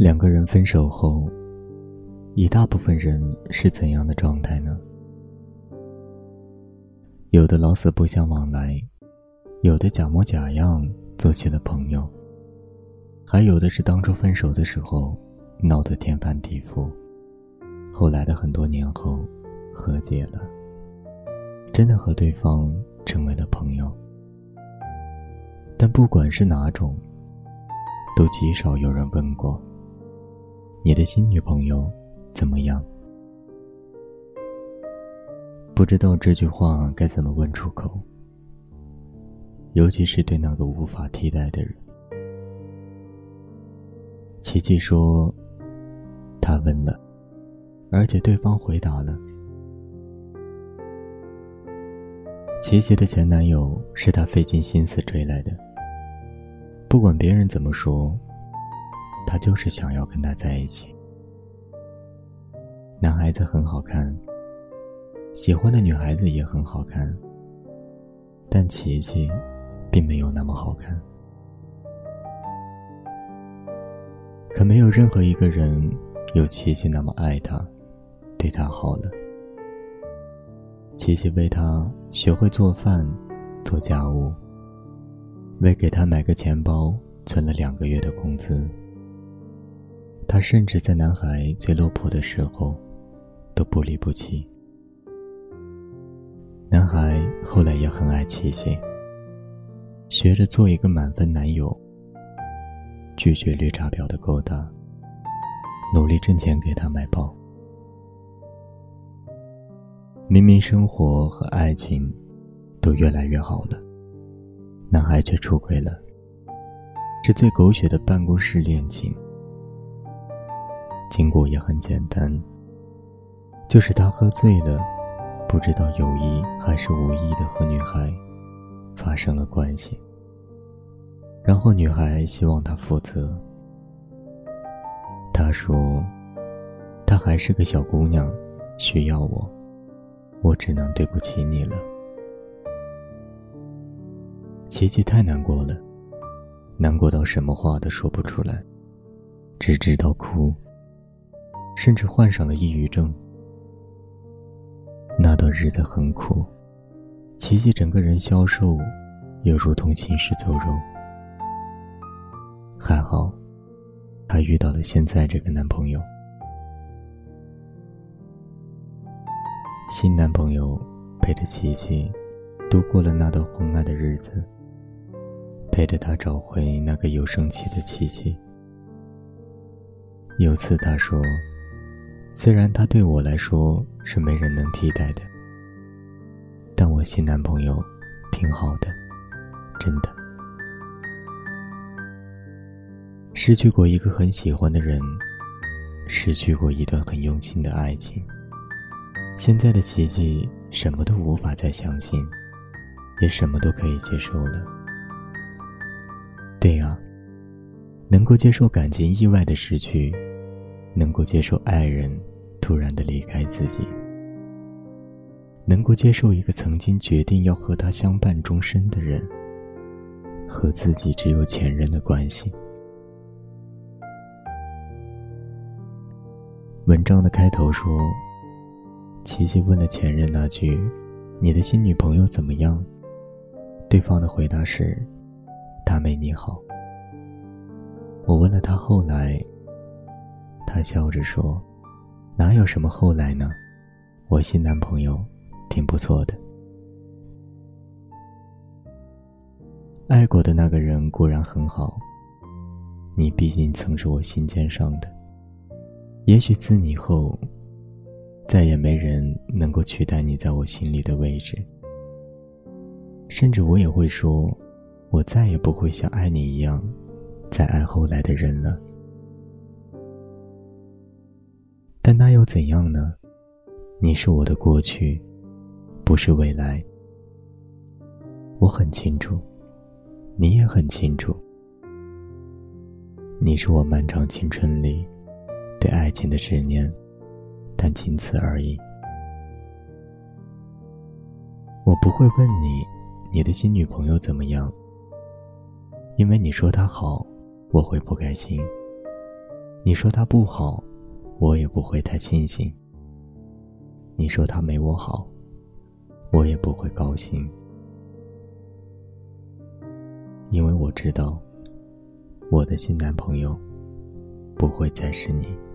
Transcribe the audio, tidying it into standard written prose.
两个人分手后，一大部分人是怎样的状态呢？有的老死不相往来，有的假模假样做起了朋友，还有的是当初分手的时候闹得天翻地覆，后来的很多年后和解了，真的和对方成为了朋友。但不管是哪种，都极少有人问过你的新女朋友怎么样。不知道这句话该怎么问出口，尤其是对那个无法替代的人。琪琪说她问了，而且对方回答了。琪琪的前男友是她费尽心思追来的，不管别人怎么说，她就是想要跟他在一起。男孩子很好看，喜欢的女孩子也很好看，但琪琪并没有那么好看。可没有任何一个人有琪琪那么爱她，对她好了。琪琪为他学会做饭做家务，为给他买个钱包存了2个月的工资。他甚至在男孩最落魄的时候都不离不弃。男孩后来也很爱琪琪，学着做一个满分男友，拒绝绿茶婊的勾搭，努力挣钱给他买包。明明生活和爱情都越来越好了，男孩却出轨了，是最狗血的办公室恋情。经过也很简单，就是他喝醉了，不知道有意还是无意的和女孩发生了关系，然后女孩希望他负责。他说她还是个小姑娘，需要我只能对不起你了。琪琪太难过了，难过到什么话都说不出来，只知道哭，甚至患上了抑郁症。那段日子很苦，琪琪整个人消瘦，又如同行尸走肉。还好，她遇到了现在这个男朋友。新男朋友陪着琪琪度过了那段昏暗的日子，陪着她找回那个有生气的琪琪。有次她说，虽然他对我来说是没人能替代的，但我新男朋友挺好的，真的。失去过一个很喜欢的人，失去过一段很用心的爱情，现在的琪琪什么都无法再相信，也什么都可以接受了。对啊，能够接受感情意外的失去，能够接受爱人突然的离开自己，能够接受一个曾经决定要和他相伴终身的人和自己只有前任的关系。文章的开头说，琪琪问了前任那句你的新女朋友怎么样，对方的回答是她没你好。我问了他后来，他笑着说，哪有什么后来呢，我新男朋友挺不错的。爱过的那个人固然很好，你毕竟曾是我心尖上的，也许自你后再也没人能够取代你在我心里的位置，甚至我也会说，我再也不会像爱你一样再爱后来的人了。但那又怎样呢？你是我的过去，不是未来。我很清楚，你也很清楚，你是我漫长青春里对爱情的执念，但仅此而已。我不会问你的新女朋友怎么样，因为你说她好，我会不开心。 你说他不好，我也不会太庆幸；你说他没我好，我也不会高兴。因为我知道，我的新男朋友不会再是你。